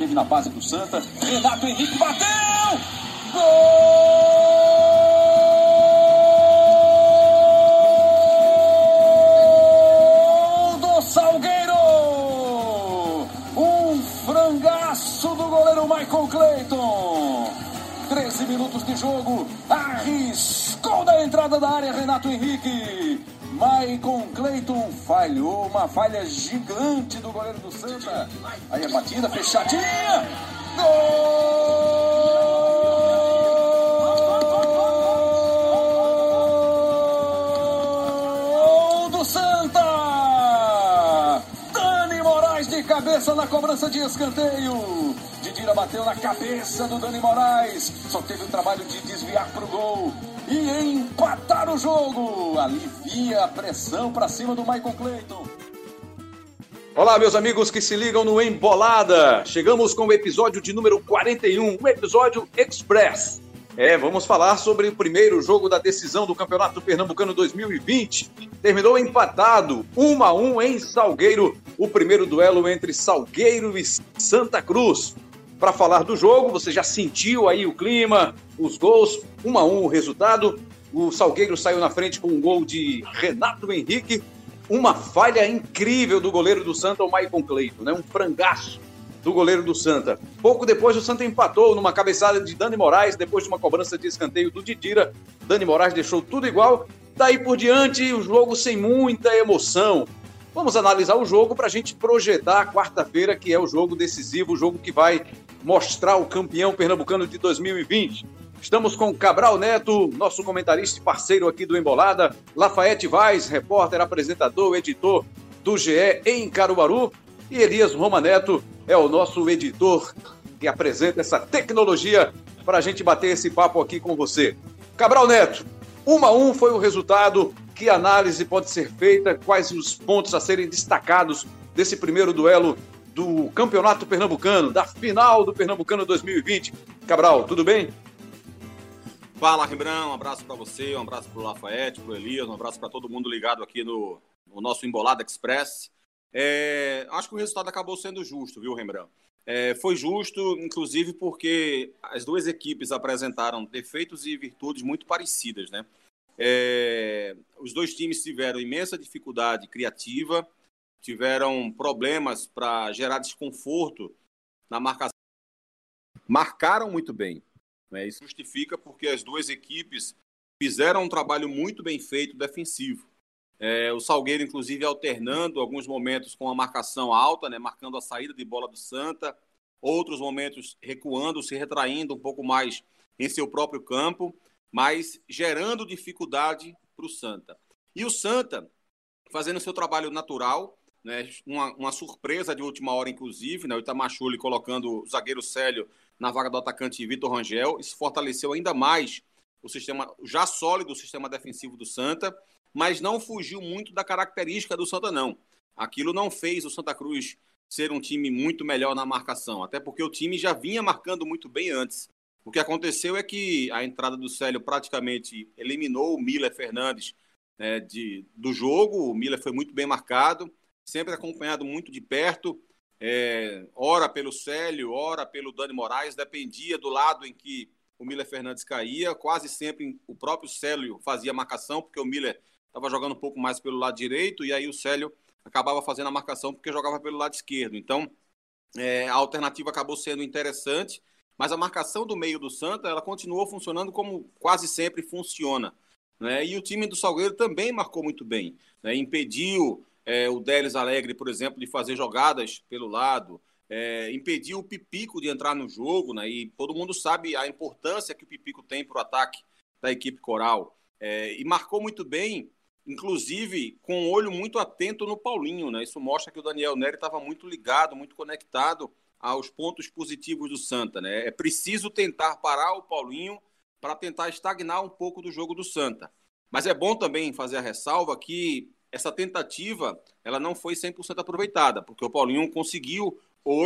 esteve na base do Santa. Renato Henrique bateu! Gol do Salgueiro! Um frangaço do goleiro Michael Clayton. 13 minutos de jogo, arriscou da entrada da área Renato Henrique. Michael Clayton falhou, uma falha gigante do goleiro do Santa. Aí a batida fechadinha. Gol do Santa! Dani Moraes de cabeça na cobrança de escanteio. Didira bateu na cabeça do Dani Moraes. Só teve o trabalho de desviar para o gol e empatar o jogo. Alivia a pressão para cima do Michael Clayton. Olá, meus amigos que se ligam no Embolada. Chegamos com o episódio de número 41, um episódio Express. Vamos falar sobre o primeiro jogo da decisão do Campeonato Pernambucano 2020. Terminou empatado, 1-1 em Salgueiro, o primeiro duelo entre Salgueiro e Santa Cruz. Para falar do jogo, você já sentiu aí o clima, os gols, 1-1 o resultado. O Salgueiro saiu na frente com um gol de Renato Henrique, uma falha incrível do goleiro do Santa, o Michael Clayton, né? Um frangaço do goleiro do Santa. Pouco depois o Santa empatou numa cabeçada de Dani Moraes, depois de uma cobrança de escanteio do Didira. Dani Moraes deixou tudo igual. Daí por diante, o jogo sem muita emoção. Vamos analisar o jogo para a gente projetar a quarta-feira, que é o jogo decisivo, o jogo que vai mostrar o campeão pernambucano de 2020. Estamos com Cabral Neto, nosso comentarista e parceiro aqui do Embolada, Lafayette Vaz, repórter, apresentador, editor do GE em Caruaru, e Elias Roma Neto é o nosso editor que apresenta essa tecnologia para a gente bater esse papo aqui com você. Cabral Neto, 1-1 foi o resultado. Que análise pode ser feita? Quais os pontos a serem destacados desse primeiro duelo do Campeonato Pernambucano, da final do Pernambucano 2020? Cabral, tudo bem? Fala, Rembrandt, um abraço para você, um abraço para o Lafayette, para o Elias, um abraço para todo mundo ligado aqui no nosso Embolada Express. Acho que o resultado acabou sendo justo, viu, Rembrandt? Foi justo, inclusive, porque as duas equipes apresentaram defeitos e virtudes muito parecidas, né? Os dois times tiveram imensa dificuldade criativa, tiveram problemas para gerar desconforto na marcação. Marcaram muito bem. Isso justifica porque as duas equipes fizeram um trabalho muito bem feito defensivo. O Salgueiro, inclusive, alternando alguns momentos com a marcação alta, né, marcando a saída de bola do Santa, outros momentos recuando, se retraindo um pouco mais em seu próprio campo, mas gerando dificuldade para o Santa. E o Santa fazendo seu trabalho natural, né, uma surpresa de última hora, inclusive, né, o Itamachule colocando o zagueiro Célio na vaga do atacante Vitor Rangel. Isso fortaleceu ainda mais o sistema já sólido, o sistema defensivo do Santa, mas não fugiu muito da característica do Santa, não. Aquilo não fez o Santa Cruz ser um time muito melhor na marcação, até porque o time já vinha marcando muito bem antes. O que aconteceu é que a entrada do Célio praticamente eliminou o Miller Fernandes, né, do jogo. O Miller foi muito bem marcado, sempre acompanhado muito de perto, ora pelo Célio, ora pelo Dani Moraes, dependia do lado em que o Miller Fernandes caía. Quase sempre o próprio Célio fazia a marcação, porque o Miller estava jogando um pouco mais pelo lado direito, e aí o Célio acabava fazendo a marcação porque jogava pelo lado esquerdo. Então, a alternativa acabou sendo interessante, mas a marcação do meio do Santa, ela continuou funcionando como quase sempre funciona, né? E o time do Salgueiro também marcou muito bem, né? Impediu o Délis Alegre, por exemplo, de fazer jogadas pelo lado, impediu o Pipico de entrar no jogo, né? E todo mundo sabe a importância que o Pipico tem para o ataque da equipe coral. E marcou muito bem, inclusive com um olho muito atento no Paulinho, né? Isso mostra que o Daniel Nery estava muito ligado, muito conectado aos pontos positivos do Santa, né? É preciso tentar parar o Paulinho para tentar estagnar um pouco do jogo do Santa. Mas é bom também fazer a ressalva que essa tentativa ela não foi 100% aproveitada, porque o Paulinho conseguiu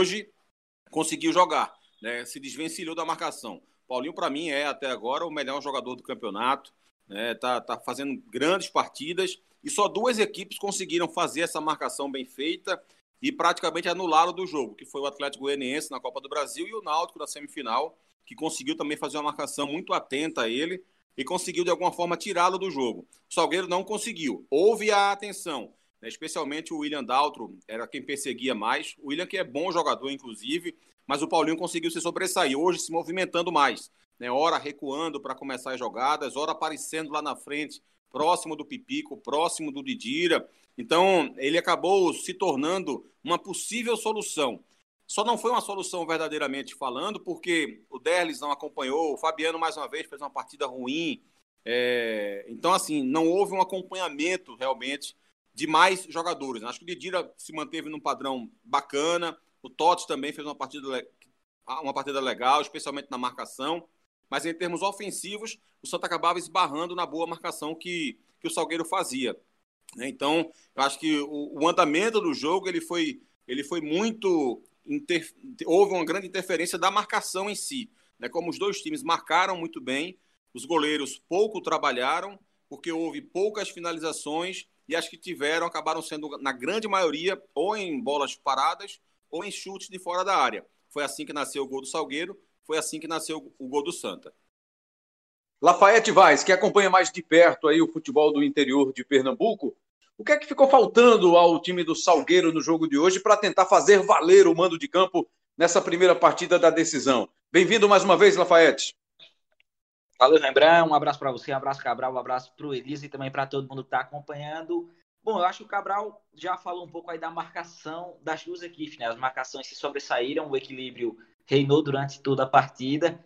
jogar, né? Se desvencilhou da marcação. O Paulinho, para mim, é até agora o melhor jogador do campeonato, né? Tá fazendo grandes partidas, e só duas equipes conseguiram fazer essa marcação bem feita e praticamente anularam do jogo, que foi o Atlético Goianiense na Copa do Brasil e o Náutico na semifinal, que conseguiu também fazer uma marcação muito atenta a ele e conseguiu, de alguma forma, tirá-lo do jogo. O Salgueiro não conseguiu. Houve a atenção, né? Especialmente o William Daltro era quem perseguia mais. O William, que é bom jogador, inclusive, mas o Paulinho conseguiu se sobressair, hoje se movimentando mais, né? Ora recuando para começar as jogadas, ora aparecendo lá na frente, próximo do Pipico, próximo do Didira. Então, ele acabou se tornando uma possível solução. Só não foi uma solução verdadeiramente falando, porque o Derlis não acompanhou, o Fabiano, mais uma vez, fez uma partida ruim. Então, assim, não houve um acompanhamento, realmente, de mais jogadores. Acho que o Didira se manteve num padrão bacana, o Totti também fez uma partida legal, especialmente na marcação, mas em termos ofensivos, o Santa acabava esbarrando na boa marcação que o Salgueiro fazia. Então, eu acho que o andamento do jogo ele foi muito... Houve uma grande interferência da marcação em si, né? Como os dois times marcaram muito bem, os goleiros pouco trabalharam, porque houve poucas finalizações, e as que tiveram acabaram sendo, na grande maioria, ou em bolas paradas, ou em chutes de fora da área. Foi assim que nasceu o gol do Salgueiro, foi assim que nasceu o gol do Santa. Lafayette Vaz, que acompanha mais de perto aí o futebol do interior de Pernambuco, o que é que ficou faltando ao time do Salgueiro no jogo de hoje para tentar fazer valer o mando de campo nessa primeira partida da decisão? Bem-vindo mais uma vez, Lafayette. Valeu, Rembrandt. Um abraço para você, um abraço, Cabral, um abraço para o Elias e também para todo mundo que está acompanhando. Bom, eu acho que o Cabral já falou um pouco aí da marcação das duas equipes, né? As marcações se sobressaíram, o equilíbrio reinou durante toda a partida.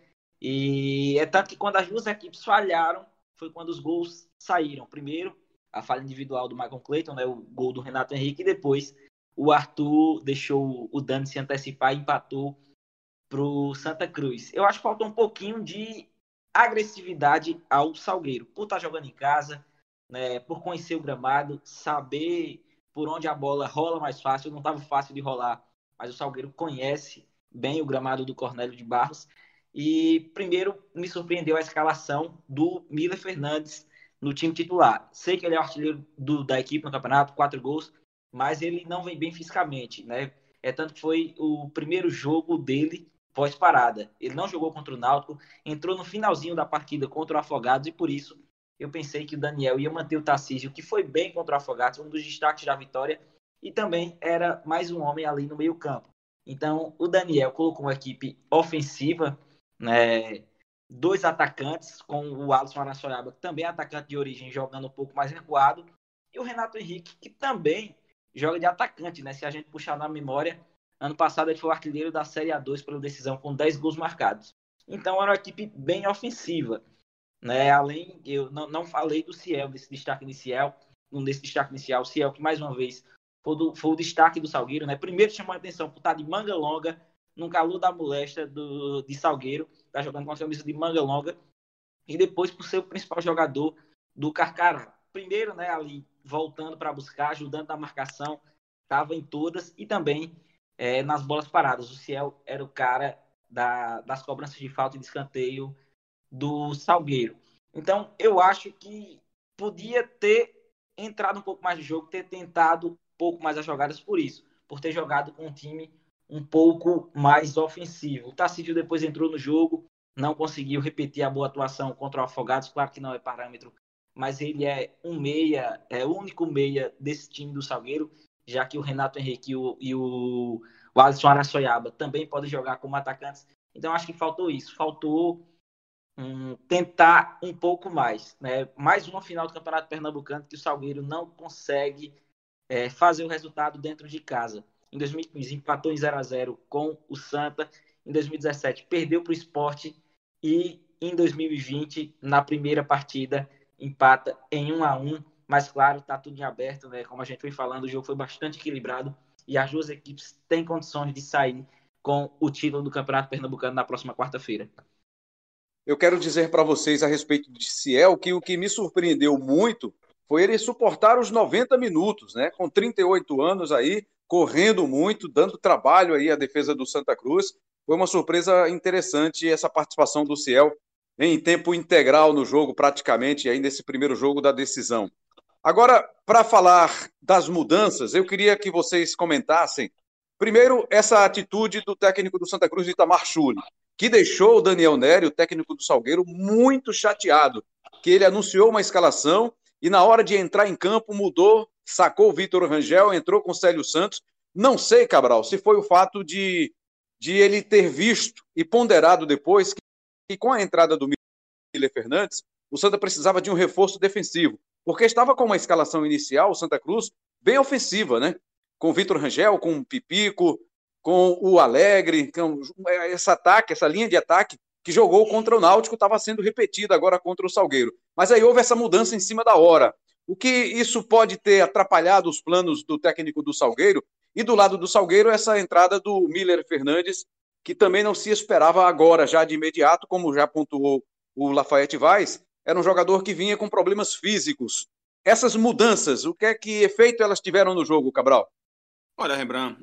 E é tanto que quando as duas equipes falharam, foi quando os gols saíram. Primeiro, a falha individual do Michael Clayton, né? O gol do Renato Henrique, e depois o Arthur deixou o Dani se antecipar e empatou para o Santa Cruz. Eu acho que faltou um pouquinho de agressividade ao Salgueiro, por estar jogando em casa, né, por conhecer o gramado, saber por onde a bola rola mais fácil. Não estava fácil de rolar, mas o Salgueiro conhece bem o gramado do Cornélio de Barros. E primeiro me surpreendeu a escalação do Miller Fernandes no time titular. Sei que ele é o artilheiro da equipe no campeonato, 4 gols, mas ele não vem bem fisicamente, né? Tanto que foi o primeiro jogo dele pós-parada. Ele não jogou contra o Náutico, entrou no finalzinho da partida contra o Afogados, e por isso eu pensei que o Daniel ia manter o Tarcísio, que foi bem contra o Afogados, um dos destaques da vitória, e também era mais um homem ali no meio campo. Então, o Daniel colocou uma equipe ofensiva, né, 2 atacantes, com o Alisson Araçoiaba, que também é atacante de origem, jogando um pouco mais recuado, e o Renato Henrique, que também joga de atacante, né? Se a gente puxar na memória, ano passado ele foi o artilheiro da Série A2 pela decisão, com 10 gols marcados. Então era uma equipe bem ofensiva, né? Além, eu não falei do Ciel, desse destaque inicial, o Ciel, que mais uma vez foi o destaque do Salgueiro, né? Primeiro chamou a atenção por estar de manga longa, num calor da moléstia de Salgueiro, tá jogando com a camisa de manga longa, e depois por ser o principal jogador do Carcará. Primeiro, né, ali voltando para buscar, ajudando na marcação, estava em todas, e também nas bolas paradas. O Ciel era o cara das cobranças de falta e de escanteio do Salgueiro. Então, eu acho que podia ter entrado um pouco mais no jogo, ter tentado um pouco mais as jogadas por ter jogado com um time um pouco mais ofensivo. O Tarcísio depois entrou no jogo, não conseguiu repetir a boa atuação contra o Afogados, claro que não é parâmetro, mas ele é um meia, é o único meia desse time do Salgueiro, já que o Renato Henrique e o Alisson Araçoiaba também podem jogar como atacantes. Então, acho que faltou isso. Faltou tentar um pouco mais, né? Mais uma final do Campeonato Pernambucano que o Salgueiro não consegue fazer o resultado dentro de casa. Em 2015, empatou em 0-0 com o Santa. Em 2017, perdeu para o Sport. E em 2020, na primeira partida, empata em 1-1. Mas, claro, está tudo em aberto, né? Como a gente foi falando, o jogo foi bastante equilibrado e as duas equipes têm condições de sair com o título do Campeonato Pernambucano na próxima quarta-feira. Eu quero dizer para vocês a respeito de Ciel que o que me surpreendeu muito foi ele suportar os 90 minutos, né? Com 38 anos aí, correndo muito, dando trabalho aí à defesa do Santa Cruz. Foi uma surpresa interessante essa participação do Ciel em tempo integral no jogo, praticamente, aí nesse primeiro jogo da decisão. Agora, para falar das mudanças, eu queria que vocês comentassem, primeiro, essa atitude do técnico do Santa Cruz, Itamar Schulli, que deixou o Daniel Nery, o técnico do Salgueiro, muito chateado, que ele anunciou uma escalação e na hora de entrar em campo mudou, sacou o Vitor Rangel, entrou com o Célio Santos. Não sei, Cabral, se foi o fato de ele ter visto e ponderado depois que com a entrada do Miller Fernandes, o Santa precisava de um reforço defensivo, porque estava com uma escalação inicial, o Santa Cruz, bem ofensiva, né? Com o Vitor Rangel, com o Pipico, com o Alegre, com essa linha de ataque que jogou contra o Náutico estava sendo repetida agora contra o Salgueiro. Mas aí houve essa mudança em cima da hora. O que isso pode ter atrapalhado os planos do técnico do Salgueiro? E do lado do Salgueiro, essa entrada do Miller Fernandes, que também não se esperava agora, já de imediato, como já pontuou o Lafayette Vaz, era um jogador que vinha com problemas físicos. Essas mudanças, o que efeito elas tiveram no jogo, Cabral? Olha, Rembrandt,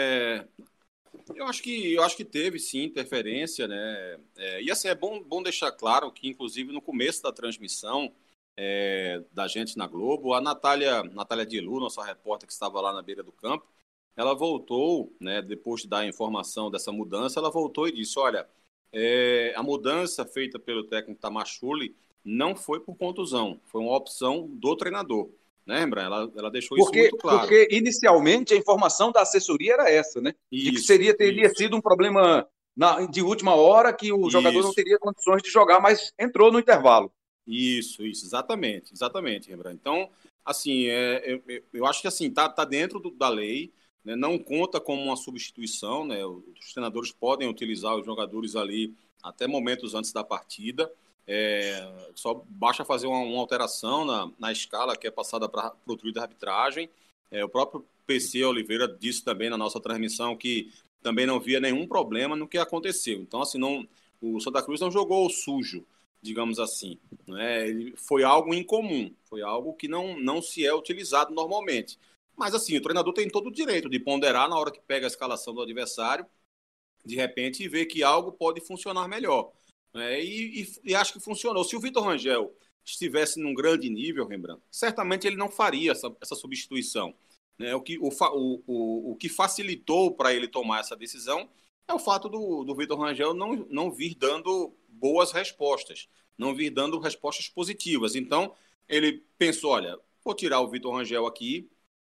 eu acho que teve sim interferência, né? E assim, é bom deixar claro que, inclusive, no começo da transmissão da gente na Globo, a Natália Dielu, nossa repórter que estava lá na beira do campo, ela voltou, né, depois de dar a informação dessa mudança, ela voltou e disse, olha, a mudança feita pelo técnico Itamar Schulli não foi por contusão, foi uma opção do treinador. Né, Rembrandt? Ela deixou isso muito claro. Porque inicialmente a informação da assessoria era essa, né? De que teria sido um problema de última hora, que o jogador não teria condições de jogar, mas entrou no intervalo. Isso, exatamente, Rembrandt. Então, assim, eu acho que assim, tá dentro da lei, né? Não conta como uma substituição, né? Os treinadores podem utilizar os jogadores ali até momentos antes da partida. Só basta fazer uma alteração na escala que é passada para o trio de arbitragem. O próprio PC Oliveira disse também na nossa transmissão que também não via nenhum problema no que aconteceu. Então, assim, o Santa Cruz não jogou sujo, digamos assim. Né? Foi algo incomum, foi algo que não se é utilizado normalmente. Mas, assim, o treinador tem todo o direito de ponderar na hora que pega a escalação do adversário, de repente, e ver que algo pode funcionar melhor. E acho que funcionou. Se o Vitor Rangel estivesse num grande nível, Rembrandt, certamente ele não faria essa substituição. Né? O que facilitou para ele tomar essa decisão é o fato do Vitor Rangel não vir dando boas respostas, não vir dando respostas positivas. Então, ele pensou, olha, vou tirar o Vitor Rangel aqui,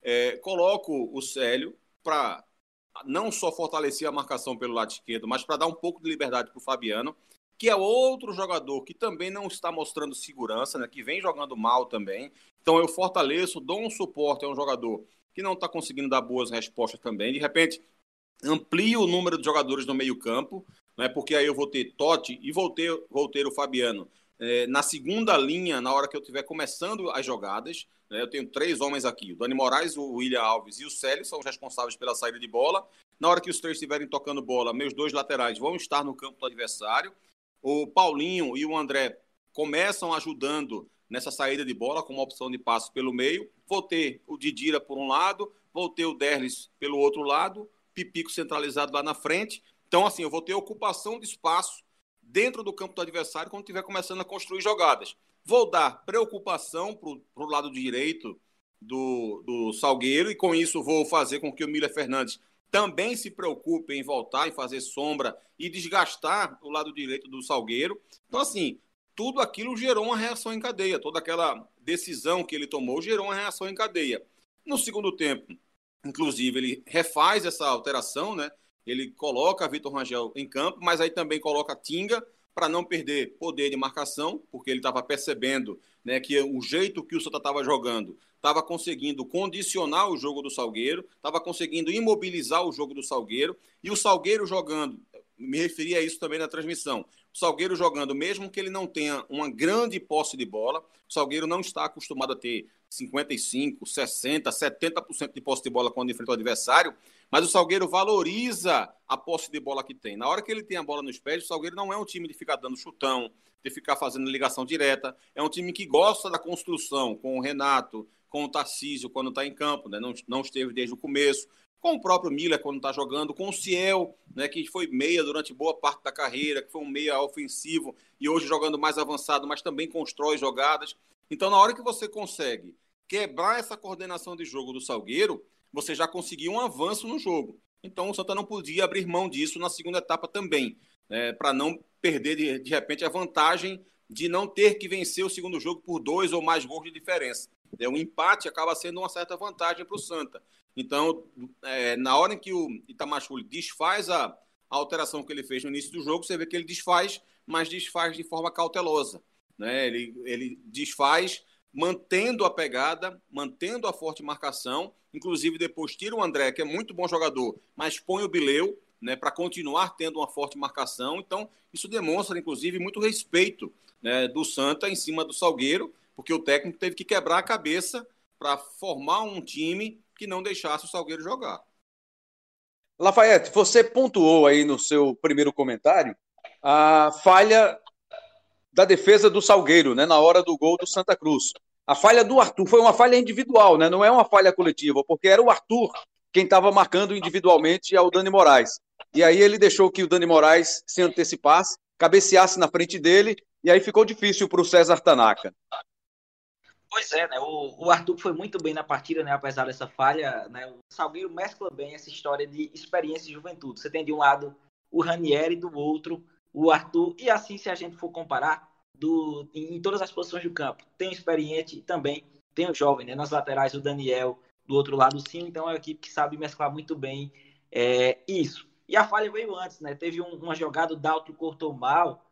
coloco o Célio para não só fortalecer a marcação pelo lado esquerdo, mas para dar um pouco de liberdade para o Fabiano, que é outro jogador que também não está mostrando segurança, né, que vem jogando mal também. Então eu fortaleço, dou um suporte a um jogador que não está conseguindo dar boas respostas também. De repente, amplio o número de jogadores no meio-campo, né, porque aí eu vou ter Totti e vou ter o Fabiano na segunda linha, na hora que eu estiver começando as jogadas. Né, eu tenho 3 homens aqui, o Dani Moraes, o William Alves e o Célio são os responsáveis pela saída de bola. Na hora que os 3 estiverem tocando bola, meus 2 laterais vão estar no campo do adversário. O Paulinho e o André começam ajudando nessa saída de bola com uma opção de passo pelo meio. Vou ter o Didira por um lado, vou ter o Derlis pelo outro lado, Pipico centralizado lá na frente. Então, assim, eu vou ter ocupação de espaço dentro do campo do adversário quando estiver começando a construir jogadas. Vou dar preocupação para o lado direito do Salgueiro e com isso vou fazer com que o Miller Fernandes também se preocupe em voltar, em fazer sombra e desgastar o lado direito do Salgueiro. Então, assim, tudo aquilo gerou uma reação em cadeia. Toda aquela decisão que ele tomou gerou uma reação em cadeia. No segundo tempo, inclusive, ele refaz essa alteração, né? Ele coloca Vitor Rangel em campo, mas aí também coloca Tinga para não perder poder de marcação, porque ele estava percebendo, né, que o jeito que o Santa estava jogando estava conseguindo condicionar o jogo do Salgueiro, estava conseguindo imobilizar o jogo do Salgueiro, e o Salgueiro jogando, me referi a isso também na transmissão, o Salgueiro jogando, mesmo que ele não tenha uma grande posse de bola, o Salgueiro não está acostumado a ter 55%, 60%, 70% de posse de bola quando enfrenta o adversário, mas o Salgueiro valoriza a posse de bola que tem. Na hora que ele tem a bola nos pés, o Salgueiro não é um time de ficar dando chutão, de ficar fazendo ligação direta, é um time que gosta da construção, com o Renato, com o Tarcísio quando está em campo, né? Não esteve desde o começo, com o próprio Miller quando está jogando, com o Ciel, né, que foi meia durante boa parte da carreira, que foi um meia ofensivo e hoje jogando mais avançado, mas também constrói jogadas. Então, na hora que você consegue quebrar essa coordenação de jogo do Salgueiro, você já conseguiu um avanço no jogo. Então o Santa não podia abrir mão disso na segunda etapa também, para não perder de repente a vantagem de não ter que vencer o segundo jogo por 2 ou mais gols de diferença. Um empate acaba sendo uma certa vantagem para o Santa. Então, na hora em que o Itamachule desfaz a alteração que ele fez no início do jogo, você vê que ele desfaz, mas desfaz de forma cautelosa, né? Ele desfaz mantendo a pegada, mantendo a forte marcação, inclusive depois tira o André, que é muito bom jogador, mas põe o Bileu, né, para continuar tendo uma forte marcação. Então, isso demonstra, inclusive, muito respeito, né, do Santa em cima do Salgueiro, porque o técnico teve que quebrar a cabeça para formar um time que não deixasse o Salgueiro jogar. Lafayette, você pontuou aí no seu primeiro comentário a falha da defesa do Salgueiro, né, na hora do gol do Santa Cruz. A falha do Arthur foi uma falha individual, né, não é uma falha coletiva, porque era o Arthur quem estava marcando individualmente ao Dani Moraes. E aí ele deixou que o Dani Moraes se antecipasse, cabeceasse na frente dele, e aí ficou difícil para o César Tanaka. Pois é, né? O Arthur foi muito bem na partida, né? Apesar dessa falha, né? O Salgueiro mescla bem essa história de experiência e juventude. Você tem de um lado o Ranieri, do outro o Arthur, e assim, se a gente for comparar em todas as posições do campo, tem o experiente e também tem o jovem, né? Nas laterais, o Daniel, do outro lado, sim. Então é uma equipe que sabe mesclar muito bem isso. E a falha veio antes, né? Teve uma jogada, o Daltro cortou mal,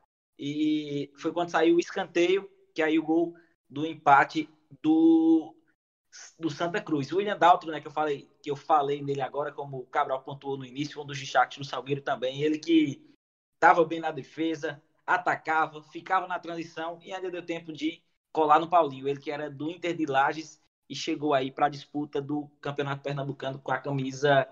e foi quando saiu o escanteio, que aí o gol do empate do Santa Cruz. O William Daltro, né, que eu falei nele agora, como o Cabral pontuou no início, um dos destaques do Salgueiro também. Ele que estava bem na defesa, atacava, ficava na transição e ainda deu tempo de colar no Paulinho. Ele que era do Inter de Lages e chegou aí para a disputa do Campeonato Pernambucano com a camisa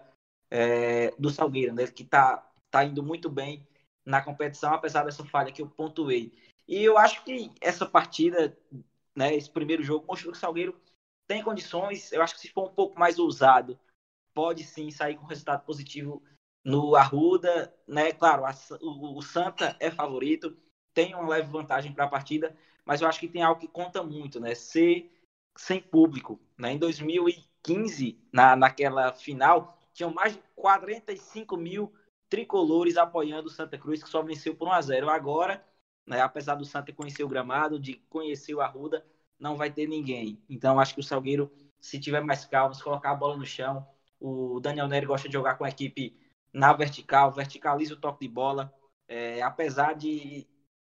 do Salgueiro, né? Ele que tá indo muito bem na competição, apesar dessa falha que eu pontuei. E eu acho que essa partida, né, esse primeiro jogo, mostrou que o Salgueiro tem condições. Eu acho que se for um pouco mais ousado, pode sim sair com resultado positivo no Arruda, né? Claro, o Santa é favorito, tem uma leve vantagem para a partida, mas eu acho que tem algo que conta muito, né? Ser sem público, né? Em 2015, naquela final, tinham mais de 45 mil tricolores apoiando o Santa Cruz, que só venceu por 1-0. Agora, né, apesar do Santa conhecer o gramado, de conhecer o Arruda, não vai ter ninguém. Então, acho que o Salgueiro, se tiver mais calma, se colocar a bola no chão, o Daniel Nery gosta de jogar com a equipe na vertical, verticaliza o toque de bola, apesar de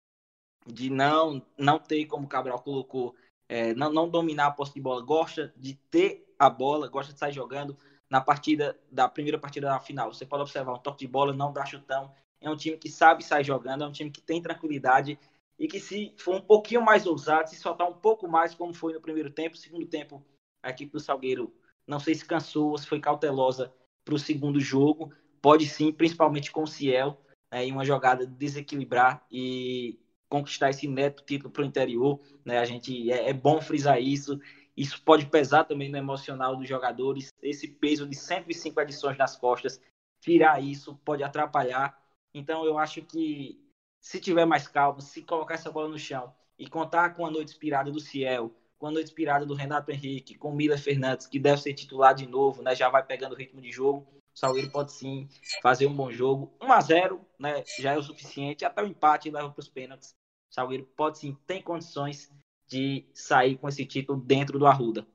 não ter, como o Cabral colocou, não dominar a posse de bola, gosta de ter a bola, gosta de sair jogando. Na primeira partida da final, você pode observar um toque de bola, não dá chutão. É um time que sabe sair jogando, é um time que tem tranquilidade e que, se for um pouquinho mais ousado, se soltar um pouco mais, como foi no primeiro tempo, segundo tempo, a equipe do Salgueiro, não sei se cansou ou se foi cautelosa para o segundo jogo, pode sim, principalmente com o Ciel, em uma jogada desequilibrar e conquistar esse neto título para o interior, né? A gente é bom frisar isso. Isso pode pesar também no emocional dos jogadores, esse peso de 105 edições nas costas, tirar isso pode atrapalhar. Então eu acho que, se tiver mais calma, se colocar essa bola no chão e contar com a noite inspirada do Ciel, com a noite inspirada do Renato Henrique, com o Miller Fernandes, que deve ser titular de novo, né? Já vai pegando o ritmo de jogo, o Salgueiro pode sim fazer um bom jogo. 1-0, né? Já é o suficiente, até o empate leva para os pênaltis. O Salgueiro pode sim, tem condições de sair com esse título dentro do Arruda.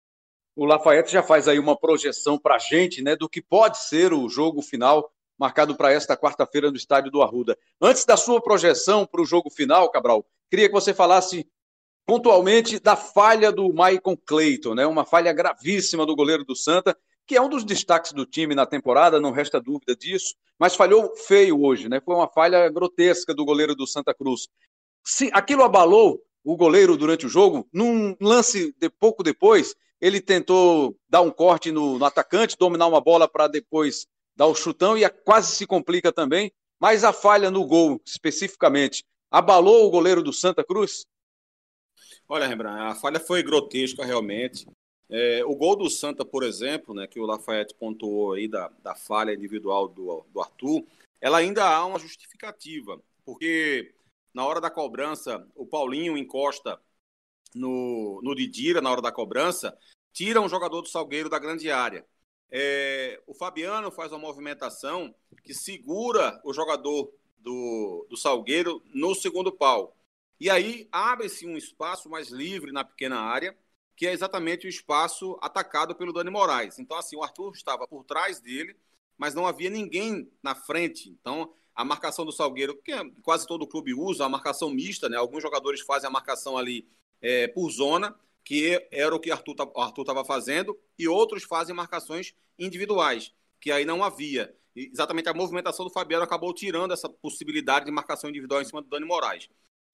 O Lafayette já faz aí uma projeção para a gente, né, do que pode ser o jogo final marcado para esta quarta-feira no estádio do Arruda. Antes da sua projeção para o jogo final, Cabral, queria que você falasse pontualmente da falha do Maicon Cleiton, né, uma falha gravíssima do goleiro do Santa, que é um dos destaques do time na temporada, não resta dúvida disso, mas falhou feio hoje, né? Foi uma falha grotesca do goleiro do Santa Cruz. Se aquilo abalou o goleiro durante o jogo, num lance pouco depois, ele tentou dar um corte no atacante, dominar uma bola para depois dar o chutão e quase se complica também, mas a falha no gol, especificamente, abalou o goleiro do Santa Cruz? Olha, Rembrandt, a falha foi grotesca realmente. O gol do Santa, por exemplo, né, que o Lafayette pontuou aí da falha individual do Arthur, ela ainda há uma justificativa, porque na hora da cobrança, o Paulinho encosta no Didira, na hora da cobrança, tira um jogador do Salgueiro da grande área. O Fabiano faz uma movimentação que segura o jogador do Salgueiro no segundo pau. E aí abre-se um espaço mais livre na pequena área, que é exatamente o espaço atacado pelo Dani Moraes. Então, assim, o Arthur estava por trás dele, mas não havia ninguém na frente. Então, a marcação do Salgueiro, que quase todo clube usa, a marcação mista, né? Alguns jogadores fazem a marcação ali por zona, que era o que o Arthur estava fazendo, e outros fazem marcações individuais, que aí não havia. E exatamente a movimentação do Fabiano acabou tirando essa possibilidade de marcação individual em cima do Dani Moraes.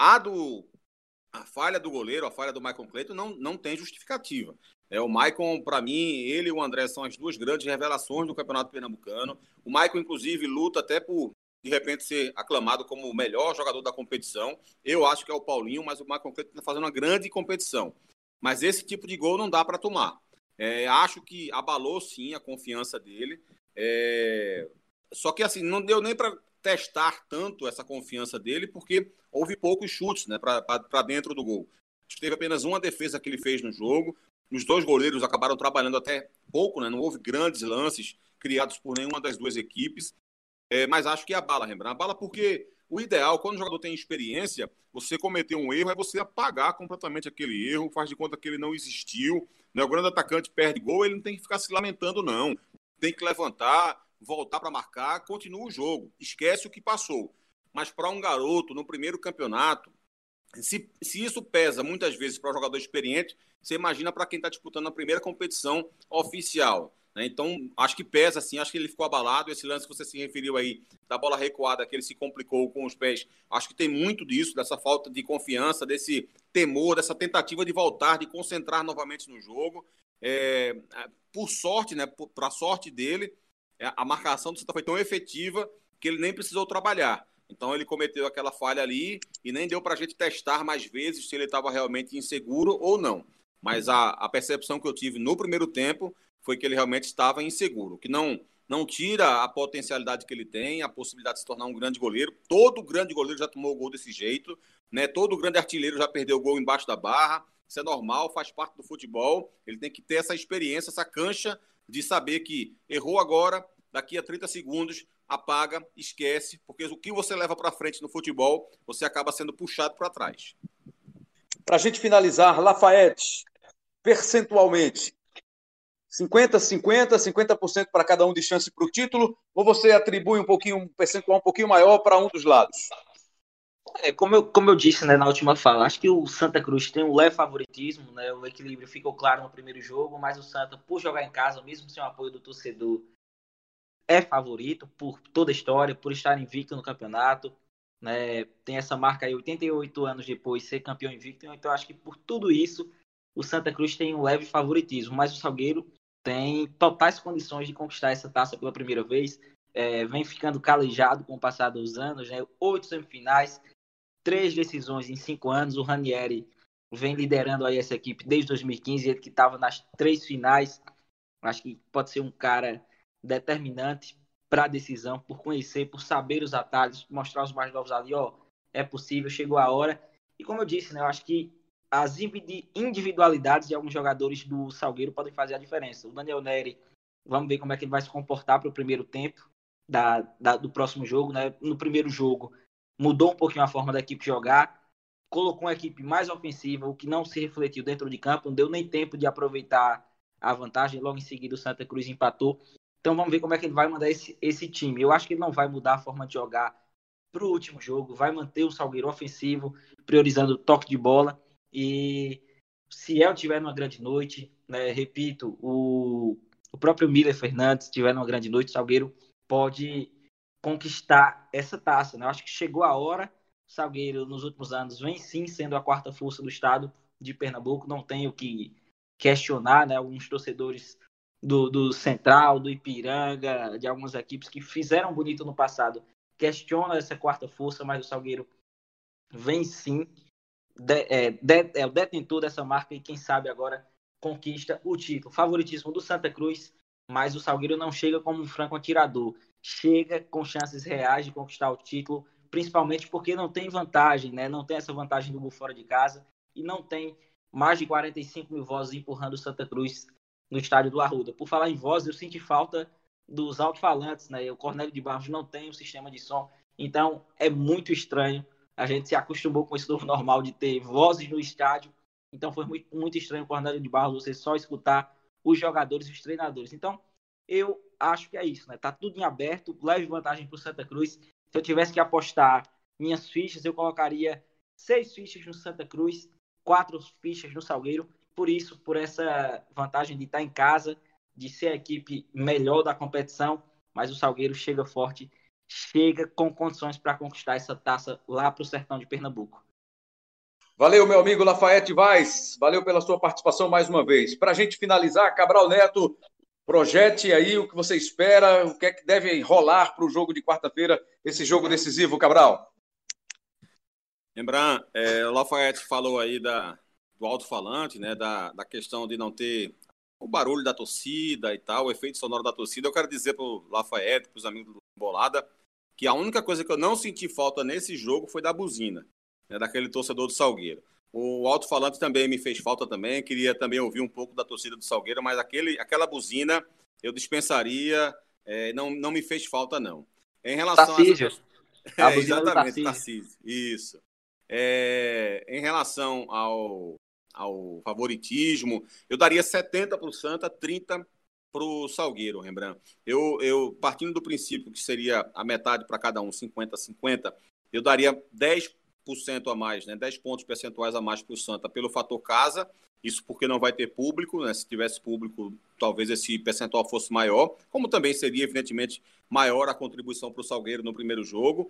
A falha do goleiro, a falha do Maicon Cleiton não tem justificativa. O Maicon, para mim, ele e o André são as duas grandes revelações do Campeonato Pernambucano. O Maicon, inclusive, luta até por, de repente, ser aclamado como o melhor jogador da competição. Eu acho que é o Paulinho, mas o Maicon Cleiton está fazendo uma grande competição. Mas esse tipo de gol não dá para tomar. Acho que abalou, sim, a confiança dele. Só que, assim, não deu nem para testar tanto essa confiança dele, porque houve poucos chutes, né, para dentro do gol. Acho que teve apenas uma defesa que ele fez no jogo. Os dois goleiros acabaram trabalhando até pouco, né? Não houve grandes lances criados por nenhuma das duas equipes. Mas acho que abala, Rembrandt. Abala porque o ideal, quando o jogador tem experiência, você cometer um erro é você apagar completamente aquele erro, faz de conta que ele não existiu. Né? O grande atacante perde gol, ele não tem que ficar se lamentando, não. Tem que levantar, voltar para marcar, continua o jogo. Esquece o que passou. Mas para um garoto, no primeiro campeonato, se isso pesa muitas vezes para o jogador experiente, você imagina para quem está disputando a primeira competição oficial. Né? Então, acho que pesa, sim, acho que ele ficou abalado. Esse lance que você se referiu aí, da bola recuada, que ele se complicou com os pés, acho que tem muito disso, dessa falta de confiança, desse temor, dessa tentativa de voltar, de concentrar novamente no jogo. Por sorte, né, para a sorte dele, a marcação do Santa foi tão efetiva que ele nem precisou trabalhar. Então ele cometeu aquela falha ali e nem deu para a gente testar mais vezes se ele estava realmente inseguro ou não. Mas a percepção que eu tive no primeiro tempo foi que ele realmente estava inseguro, que não tira a potencialidade que ele tem, a possibilidade de se tornar um grande goleiro. Todo grande goleiro já tomou gol desse jeito, né? Todo grande artilheiro já perdeu gol embaixo da barra. Isso é normal, faz parte do futebol. Ele tem que ter essa experiência, essa cancha de saber que errou agora, daqui a 30 segundos, apaga, esquece, porque o que você leva para frente no futebol, você acaba sendo puxado para trás. Para a gente finalizar, Lafayette, percentualmente, 50-50, 50% para cada um de chance para o título, ou você atribui um percentual um pouquinho maior para um dos lados? Como eu disse, né, na última fala, acho que o Santa Cruz tem um leve favoritismo, né, o equilíbrio ficou claro no primeiro jogo, mas o Santa, por jogar em casa, mesmo sem o apoio do torcedor, é favorito por toda a história, por estar invicto no campeonato, né, tem essa marca aí, 88 anos depois, ser campeão invicto, então acho que por tudo isso, o Santa Cruz tem um leve favoritismo, mas o Salgueiro tem totais condições de conquistar essa taça pela primeira vez, vem ficando calejado com o passar dos anos, né, 8 semifinais, 3 decisões em 5 anos, o Ranieri vem liderando aí essa equipe desde 2015, ele que estava nas 3 finais, acho que pode ser um cara determinante para a decisão, por conhecer, por saber os atalhos, mostrar os mais novos ali, é possível, chegou a hora. E como eu disse, né, eu acho que as individualidades de alguns jogadores do Salgueiro podem fazer a diferença. O Daniel Neri, vamos ver como é que ele vai se comportar para o primeiro tempo do próximo jogo. Né? No primeiro jogo, mudou um pouquinho a forma da equipe jogar, colocou uma equipe mais ofensiva, o que não se refletiu dentro de campo, não deu nem tempo de aproveitar a vantagem, logo em seguida o Santa Cruz empatou. Então vamos ver como é que ele vai mandar esse time. Eu acho que ele não vai mudar a forma de jogar para o último jogo, vai manter o Salgueiro ofensivo, priorizando o toque de bola. E se ele tiver numa grande noite, né, repito, o próprio Miller Fernandes tiver numa grande noite, o Salgueiro pode conquistar essa taça. Né? Eu acho que chegou a hora. O Salgueiro, nos últimos anos, vem sim sendo a quarta força do estado de Pernambuco. Não tenho que questionar, né? Alguns torcedores do Central, do Ipiranga, de algumas equipes que fizeram bonito no passado, questionam essa quarta força, mas o Salgueiro vem sim, o detentor dessa marca e quem sabe agora conquista o título. Favoritismo do Santa Cruz, mas o Salgueiro não chega como um franco atirador, chega com chances reais de conquistar o título, principalmente porque não tem vantagem, né? Não tem essa vantagem do gol fora de casa e não tem mais de 45 mil vozes empurrando o Santa Cruz no estádio do Arruda. Por falar em voz, eu senti falta dos alto-falantes, né? O Cornélio de Barros não tem um sistema de som, então é muito estranho. A gente se acostumou com esse novo normal de ter vozes no estádio, então foi muito, muito estranho o Cornélio de Barros você só escutar os jogadores e os treinadores. Então, eu acho que é isso, né? Tá tudo em aberto, leve vantagem para o Santa Cruz. Se eu tivesse que apostar minhas fichas, eu colocaria 6 fichas no Santa Cruz, 4 fichas no Salgueiro. Por isso, por essa vantagem de estar em casa, de ser a equipe melhor da competição, mas o Salgueiro chega forte, chega com condições para conquistar essa taça lá para o sertão de Pernambuco. Valeu, meu amigo Lafayette Vaz. Valeu pela sua participação mais uma vez. Para a gente finalizar, Cabral Neto, projete aí o que você espera, o que é que deve rolar para o jogo de quarta-feira, esse jogo decisivo, Cabral. Lembrando, o Lafayette falou aí do alto-falante, né, da questão de não ter o barulho da torcida e tal, o efeito sonoro da torcida. Eu quero dizer para o Lafayette, para os amigos do Bolada, que a única coisa que eu não senti falta nesse jogo foi da buzina, né, daquele torcedor do Salgueiro. O alto-falante também me fez falta também, queria também ouvir um pouco da torcida do Salgueiro, mas aquela buzina eu dispensaria, não me fez falta não. Em relação Tarcísio. a exatamente, Tarcísio, isso. Em relação ao favoritismo, eu daria 70 para o Santa, 30 para o Salgueiro, Rembrandt. Eu, partindo do princípio que seria a metade para cada um, 50-50, eu daria 10% a mais, né, 10 pontos percentuais a mais para o Santa pelo fator casa, isso porque não vai ter público, né, se tivesse público talvez esse percentual fosse maior, como também seria evidentemente maior a contribuição para o Salgueiro no primeiro jogo,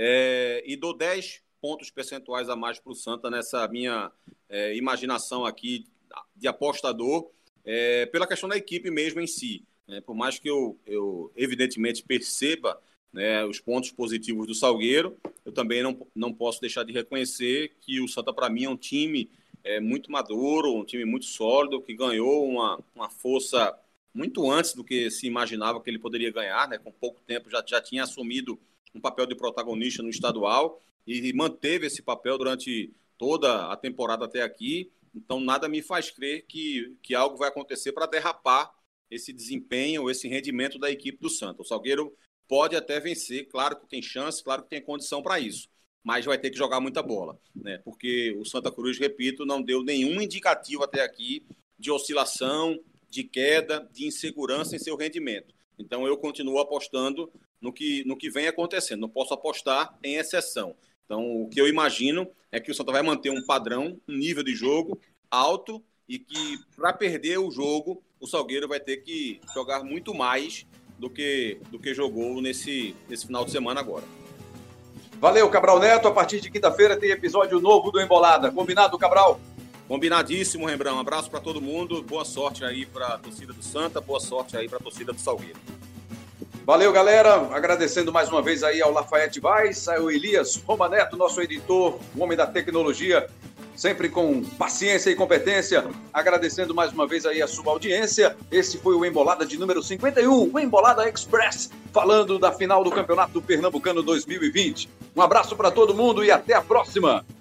e dou 10 pontos percentuais a mais para o Santa nessa minha imaginação aqui de apostador, pela questão da equipe mesmo em si, né, por mais que eu evidentemente perceba, né, os pontos positivos do Salgueiro, eu também não posso deixar de reconhecer que o Santa, para mim, é um time muito maduro, um time muito sólido, que ganhou uma força muito antes do que se imaginava que ele poderia ganhar, né, com pouco tempo já tinha assumido um papel de protagonista no estadual e manteve esse papel durante toda a temporada até aqui, então nada me faz crer que algo vai acontecer para derrapar esse desempenho, esse rendimento da equipe do Santa. O Salgueiro pode até vencer, claro que tem chance, claro que tem condição para isso, mas vai ter que jogar muita bola, né? Porque o Santa Cruz, repito, não deu nenhum indicativo até aqui de oscilação, de queda, de insegurança em seu rendimento. Então eu continuo apostando no que vem acontecendo, não posso apostar em exceção. Então o que eu imagino é que o Santa vai manter um padrão, um nível de jogo alto e que para perder o jogo, o Salgueiro vai ter que jogar muito mais do que jogou nesse final de semana agora. Valeu, Cabral Neto. A partir de quinta-feira tem episódio novo do Embolada. Combinado, Cabral? Combinadíssimo, Rembrandt. Um abraço para todo mundo. Boa sorte aí para a torcida do Santa. Boa sorte aí para a torcida do Salgueiro. Valeu, galera. Agradecendo mais uma vez aí ao Lafayette Vaz, ao Elias Roma Neto, nosso editor, o homem da tecnologia, sempre com paciência e competência. Agradecendo mais uma vez aí a sua audiência. Esse foi o Embolada de número 51, o Embolada Express, falando da final do Campeonato Pernambucano 2020. Um abraço para todo mundo e até a próxima.